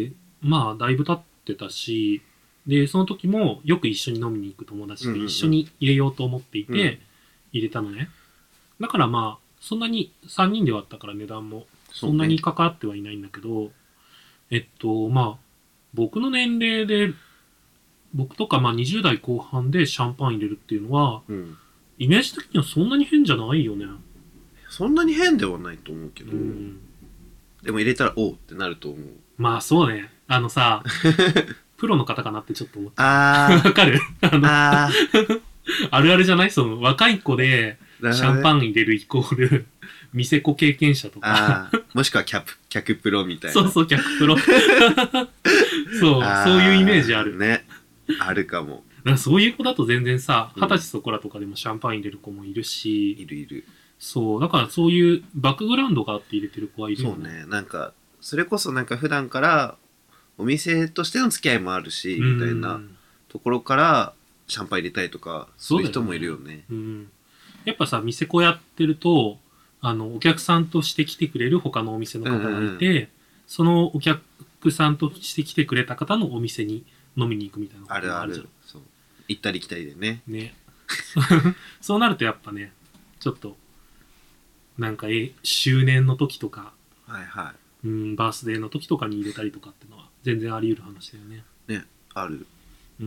まあだいぶ経ってたし、で、その時もよく一緒に飲みに行く友達と一緒に入れようと思っていて、 うんうん、 入れたのね。だからまあ、そんなにさんにんで割ったから値段もそんなにかかってはいないんだけど、ね、えっと、まあ、僕の年齢で、僕とかまあにじゅう代後半でシャンパン入れるっていうのは、 うん、 イメージ的にはそんなに変じゃないよね。 そんなに変ではないと思うけど、 うん、 でも入れたらおうってなると思う。 まあそうね。あのさ、プロの方かなってちょっと思った。 あわかるあのああるあるじゃない、その若い子でシャンパン入れるイコール店子経験者とか、 あもしくはキャプ客プロみたいな。 そうそう、客プロそうそういうイメージあるね。あるかも。 だからそういう子だと全然さ、二十歳そこらとかでもシャンパン入れる子もいるし、 いるいる。 そう、だからそういうバックグラウンドがあって入れてる子はいるよね。 そうね。なんか、それこそなんか普段からお店としての付き合いもあるし、みたいなところからシャンパン入れたいとか、そういう人もいるよね。 うん。やっぱさ、店子やってると、あの、お客さんとして来てくれる他のお店の方がいて、うんうん、そのお客さんとして来てくれた方のお店に飲みに行くみたいなことがあるじゃん。あるある。 そう。行ったり来たりでね。 ね。そうなるとやっぱね、ちょっと、なんか、え、周年の時とか、 はいはい。 うん、バースデーの時とかに入れたりとかってのは全然あり得る話だよね。 ね、ある。 うん。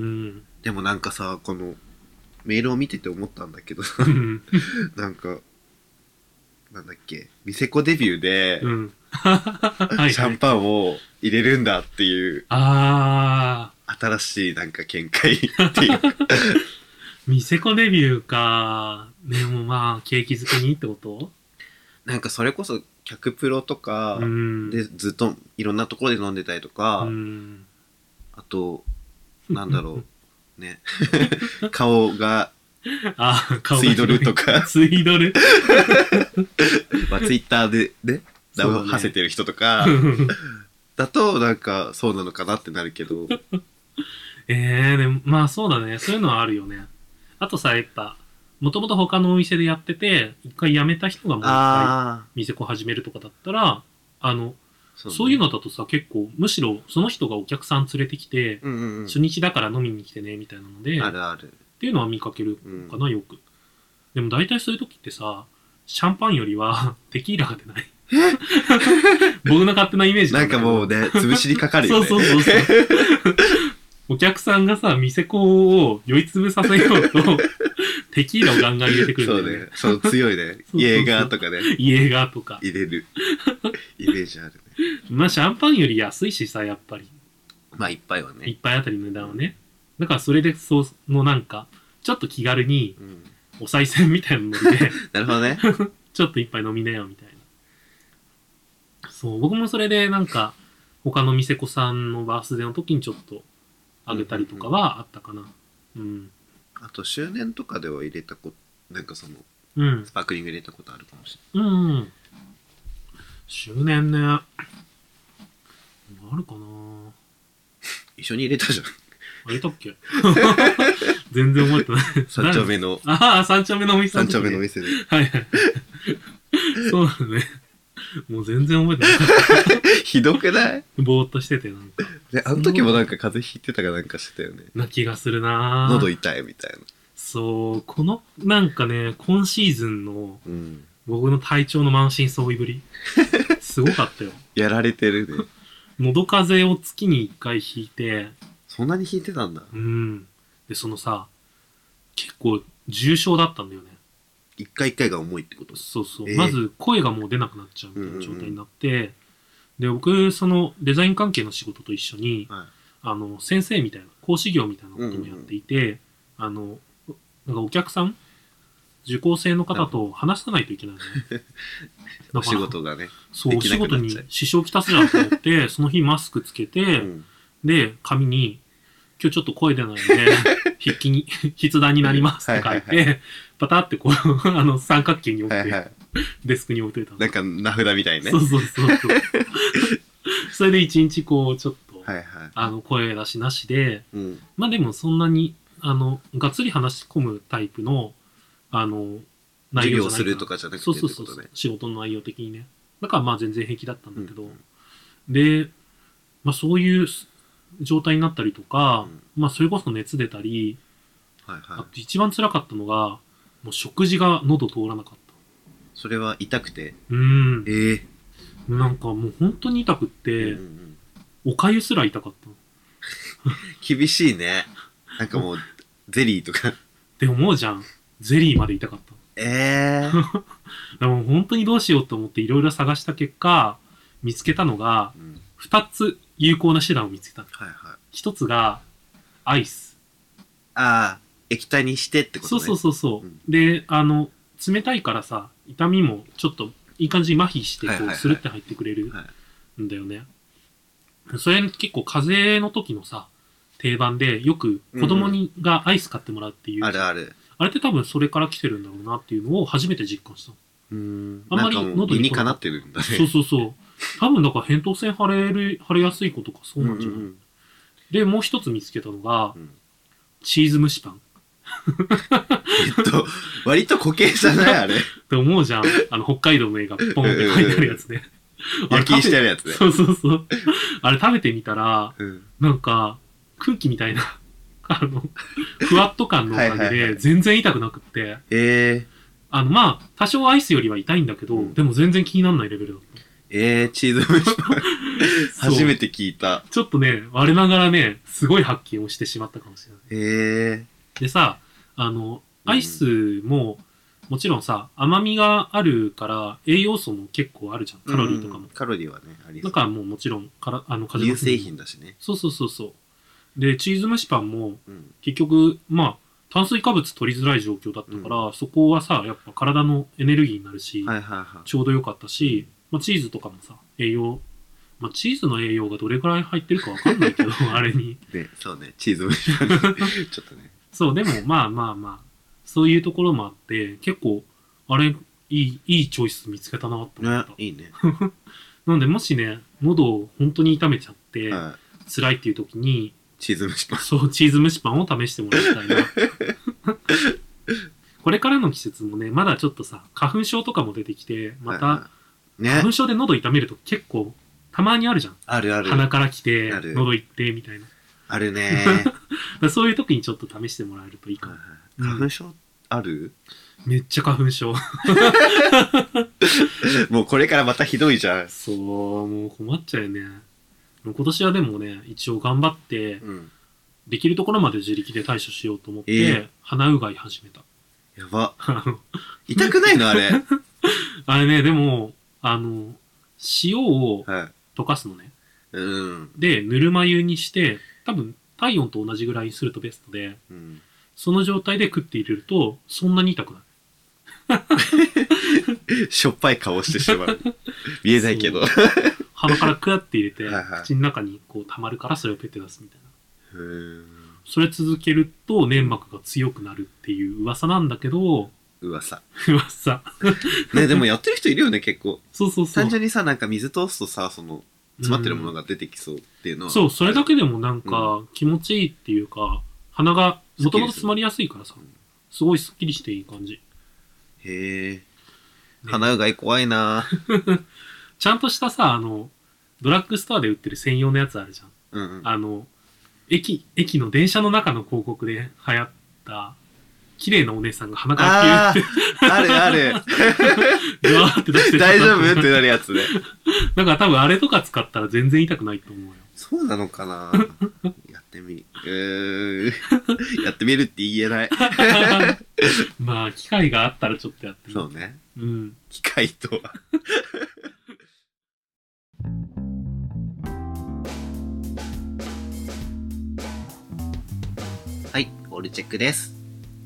でもなんかさ、このメールを見てて思ったんだけどなんか、なんだっけ、店子デビューで、うん、シャンパンを入れるんだっていう、 ああ、新しいなんか見解っていう店子デビューか。でもまあ、景気づけにってこと？ なんかそれこそ客プロとかでずっといろんなところで飲んでたりとか、うん、あと、なんだろう、ね。顔が、 あ、 ツイドルとか。 ツイドルまあ、ツイッターでね、名を馳せてる人とか、だとなんかそうなのかなってなるけど。 ええー、でもまあそうだね。そういうのはあるよね。あとさ、やっぱ、もともと他のお店でやってて、一回辞めた人がもう一回店子始めるとかだったら、あの、そうね、そういうのだとさ、結構、むしろその人がお客さん連れてきて、うんうんうん、初日だから飲みに来てね、みたいなので、 あるある。 っていうのは見かけるかな、よく。でも大体そういう時ってさ、シャンパンよりはテキーラが出ない。僕の勝手なイメージなんかもうね、潰しにかかるよね。 そうそうそうそう。お客さんがさ、店子を酔いつぶさせようと、テキーラをガンガン入れてくるんだよね。 そうね。そう強いね。イエーガーとかね。 イエーガーとか。 入れる。イメージあるね。 まあシャンパンより安いしさ、やっぱり。 まあ一杯はね。 一杯あたりの値段はね。だからそれで、そのなんか、ちょっと気軽に、お賽銭みたいなので、 なるほどね。 ちょっと一杯飲みなよ、みたいな。そう、僕もそれでなんか、他の店子さんのバースデーの時にちょっと、あげたりとかはあったかな。うん、うんうん。 あと、周年とかでは入れたこと、なんかその、 うん、 スパークリング入れたことあるかもしれない。うん、うん。周年ね。あるかな。 一緒に入れたじゃん。 あれたっけ全然覚えてない。 三丁目の。 ああ、三丁目のお店、 ね。三丁目のお店で。 はいはい。そうだね。もう全然覚えてない。 ひどくない？ ぼーっとしてて、なんか。 で、あの時もなんか風邪ひいてたかなんかしてたよね。 な気がするなぁ。 喉痛いみたいな。 そう、この、なんかね、今シーズンの、うん、僕の体調の満身創痍ぶり。すごかったよ。 やられてるね。 喉風邪を月に一回ひいて。 そんなにひいてたんだ。 うん。で、そのさ、結構重症だったんだよね。 一回一回が重いってこと？ そうそう、えー、まず声がもう出なくなっちゃうみたいな状態になって、うんうんうん、で僕そのデザイン関係の仕事と一緒に、はい、あの先生みたいな講師業みたいなこともやっていて、うんうんうん、 あの、なんかお客さん受講生の方と話さないといけないのね。 お仕事がね。 そう、お仕事に支障きたすじゃんと思って、その日マスクつけて、うん、で、紙に、今日ちょっと声出ないので、筆記に、筆談になりますって書いて、はいはいはい、パタってこう、あの、三角形に置いて、はいはい、デスクに置いといたの。 なんか名札みたいね。 そうそうそうそう。それで一日こう、ちょっと、はいはい、あの、声出しなしで、うん、まあでもそんなに、あの、がっつり話し込むタイプの、あの、 内容するとかじゃなくて、 そうそうそう、仕事の内容的にね。だからまあ全然平気だったんだけど、うん、で、まあそういう状態になったりとか、うん、まあそれこそ熱出たり、はいはい、あと一番辛かったのが、もう食事が喉通らなかった。 それは痛くて？ うん。 ええー。なんかもう本当に痛くって、うんうん、おかゆすら痛かった。 厳しいね。なんかもう、ゼリーとか。 って思うじゃん。ゼリーまで痛かった。 ええー。 でも本当にどうしようと思っていろいろ探した結果、見つけたのが、ふたつ有効な手段を見つけた。はいはい。ひとつが、アイス。 ああ、液体にしてってことね。 そうそうそうそう、うん。で、あの、冷たいからさ、痛みもちょっといい感じに麻痺して、こう、スルって入ってくれるんだよね。それ結構風邪の時のさ、定番で、よく子供に、うん、がアイス買ってもらうっていう。 あるある。 あれって多分それから来てるんだろうなっていうのを初めて実感した。 うん。あんまり喉に理にかなってるんだね。 そうそうそう。多分だから扁桃腺腫れる、腫れやすい子とかそうなんじゃない、うんうん、で、もう一つ見つけたのが、うん、チーズ蒸しパン。 えっと、割と固形じゃないあれ。 って思うじゃん。あの、北海道の絵がポンって書いてあるやつね。 焼きしてあるやつね。 そうそうそう。あれ食べてみたら、うん、なんか、空気みたいな、あの、ふわっと感のおかげで、全然痛くなくって。はいはいはい、 えー、 あの、まあ、多少アイスよりは痛いんだけど、うん、でも全然気にならないレベルだった。 えー、チーズ蒸しパン。初めて聞いた。 ちょっとね、我ながらね、すごい発見をしてしまったかもしれない。 えー、でさ、あの、アイスも、うん、もちろんさ、甘みがあるから、栄養素も結構あるじゃん。カロリーとかも。うん、 カロリーはね、ありそう。 だからもうもちろん、からあの、 乳製品だしね。 そうそうそうそう。で、チーズ蒸しパンも、うん、結局、まあ、炭水化物取りづらい状況だったから、うん、そこはさ、やっぱ体のエネルギーになるし、 はいはいはい、 ちょうどよかったし、まあ、チーズとかもさ、栄養、まあ、チーズの栄養がどれくらい入ってるかわかんないけど、あれに。 ね、そうね、チーズ蒸しパン。ちょっとね。 そう、でもまあまあまあ、そういうところもあって、結構、あれ、いい、いいチョイス見つけたなと思った。 ね、いいね。 なので、もしね、喉を本当に痛めちゃって、はい、辛いっていう時に、 チーズ蒸しパン。 そう、チーズ蒸しパンを試してもらいたいな。これからの季節もね、まだちょっとさ、花粉症とかも出てきて、また、はいはいね、花粉症で喉痛めると結構、たまにあるじゃん。 あるある。 鼻から来て、喉行って、みたいな。 あるねそういう時にちょっと試してもらえるといいかな。 はいはい、花粉症ある？ めっちゃ花粉症。 もうこれからまたひどいじゃん。 そう、もう困っちゃうよね。今年はでもね、一応頑張って、うん、できるところまで自力で対処しようと思って、えー、鼻うがい始めた。 やば。痛くないのあれ。 あれね、でも、あの、塩を溶かすのね。 はい、うん。 で、ぬるま湯にして、多分、体温と同じぐらいにするとベストで、うん、その状態で食って入れると、そんなに痛くない。 しょっぱい顔してしまう。見えないけど。 鼻からクワって入れて、はいはい、口の中にこう溜まるからそれをペッて出すみたいな。へそれ続けると粘膜が強くなるっていう噂なんだけど、 噂。 噂。 ね、でもやってる人いるよね、結構。 そうそうそう。 単純にさ、なんか水通すとさ、その、詰まってるものが出てきそうっていうのは。 うん、そう、それだけでもなんか気持ちいいっていうか、うん、鼻がもともと詰まりやすいからさ、すごいスッキリしていい感じ。 へえ。ね、鼻うがい怖いなちゃんとしたさ、あの、ドラッグストアで売ってる専用のやつあるじゃん。 うんうん、 あの、駅、駅の電車の中の広告で流行った、綺麗なお姉さんが鼻からピューって。 あるある。 ガーって出して大丈夫ってなるやつね。 だから多分あれとか使ったら全然痛くないと思うよ。 そうなのかなやってみ、うーん。やってみるって言えない。 まあ、機会があったらちょっとやってみる。 そうね。 うん。 機会とは。はい。オーオルチェックです。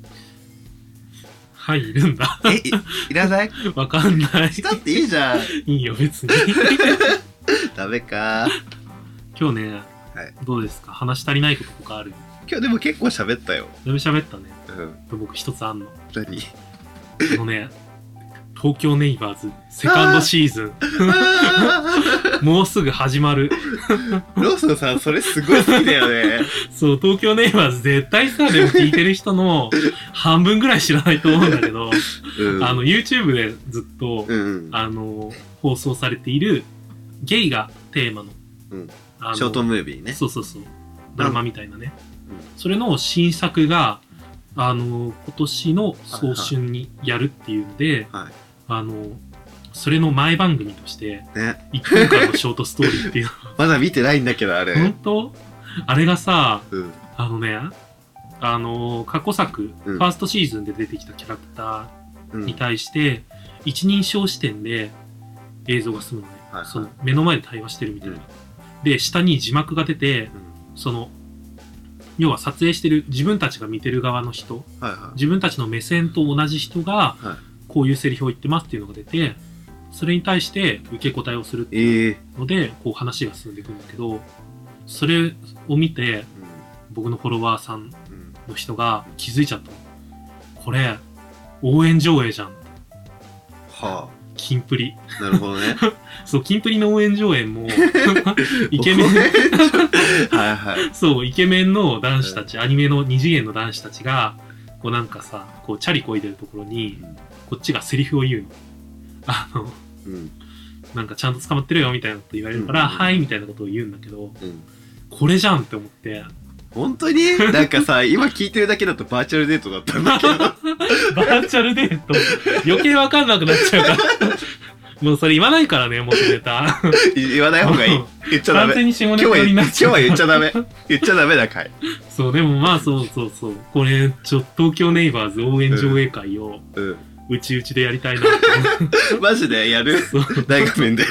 はい、いるんだ。 え、い、いらないわかんない。 したっていいじゃん。 いいよ、別に。 ダメか。 今日ね、 はい、 どうですか？話足りないこととかある？ 今日でも結構喋ったよ。 だいぶ喋ったね。 うん。 僕一つあんの。 何？ あのね、東京ネイバーズセカンドシーズンもうすぐ始まる。 ローソンさんそれすごい好きだよね。 そう、東京ネイバーズ絶対さ、でも聞いてる人の半分ぐらい知らないと思うんだけど、うん、あの YouTube でずっと、うん、あの放送されているゲイがテーマの、 うん、あのショートムービーね。 そうそうそう、ドラマみたいなね、うん、それの新作があの今年の早春にやるっていうので、はいはい、あのそれの前番組としていっぷんかんのショートストーリーっていうのまだ見てないんだけど、あれ本当あれがさ、うん、あのね、あの過去作、うん、ファーストシーズンで出てきたキャラクターに対して、うん、一人称視点で映像が進むのね、はいはい、その目の前で対話してるみたいな、うん、で下に字幕が出て、うん、その要は撮影してる自分たちが見てる側の人、はいはい、自分たちの目線と同じ人がこういうセリフを言ってますっていうのが出て、それに対して受け答えをするっていうので、えー、こう話が進んでいくんだけど、それを見て、うん、僕のフォロワーさんの人が気づいちゃったの。これ応援上映じゃん。はあ。キンプリ。 なるほどね。 そう、キンプリの応援上映もイケメンはいはい。そう、イケメンの男子たち、アニメの二次元の男子たちがこうなんかさ、こうチャリこいでるところに、うん、こっちがセリフを言うの。あの、うん、なんかちゃんと捕まってるよみたいなこと言われるから、うんうん、はいみたいなことを言うんだけど、うん、これじゃんって思って。 本当になんかさ、今聞いてるだけだとバーチャルデートだったんだけど。 バーチャルデート余計わかんなくなっちゃうから。もうそれ言わないからね、元ネタ。 言わない方がいい。言っちゃダメ。 完全に下ネタになっちゃう。 今日は言っちゃダメ。言っちゃダメだかい。 そう、でもまあそうそうそう。これ、ちょっと東京ネイバーズ応援上映会を、うんうんうちうちでやりたいなってマジでやる大画面で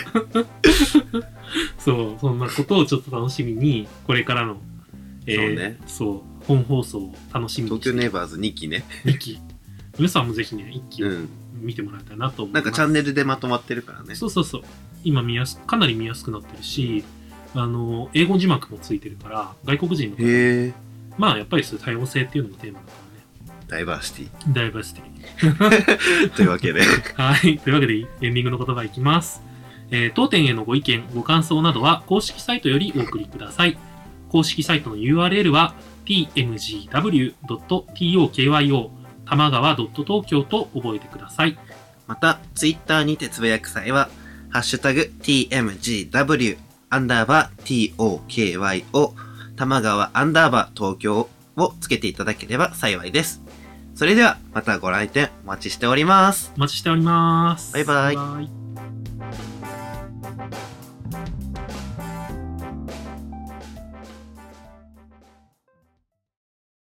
そう、そんなことをちょっと楽しみにこれからの、えー、そうね、そう本放送を楽しみにして、 東京ネイバーズにきねにき皆さんもぜひねいっきを見てもらいたいなと思います、うん、 なんかチャンネルでまとまってるからね。 そうそうそう、今見やすかなり見やすくなってるし、あの英語字幕もついてるから外国人の方へー、 まあやっぱりそういう多様性っていうのもテーマだからね。 ダイバーシティ。 ダイバーシティ。 というわけで。 はい。というわけで、エンディングの言葉いきます。えー、当店へのご意見、ご感想などは、公式サイトよりお送りください。公式サイトの ユーアールエル は、ティーエムジーダブリュードットトーキョー 玉川 .東京 と覚えてください。 また、ツイッターにてつぶやく際は、ハッシュタグ ティーエムジーダブリュー アンダーバー ティーオーケーワイオー 玉川アンダーバー東京をつけていただければ幸いです。それではまたご来店お待ちしております。 お待ちしております。 バイバイ。バイバイ。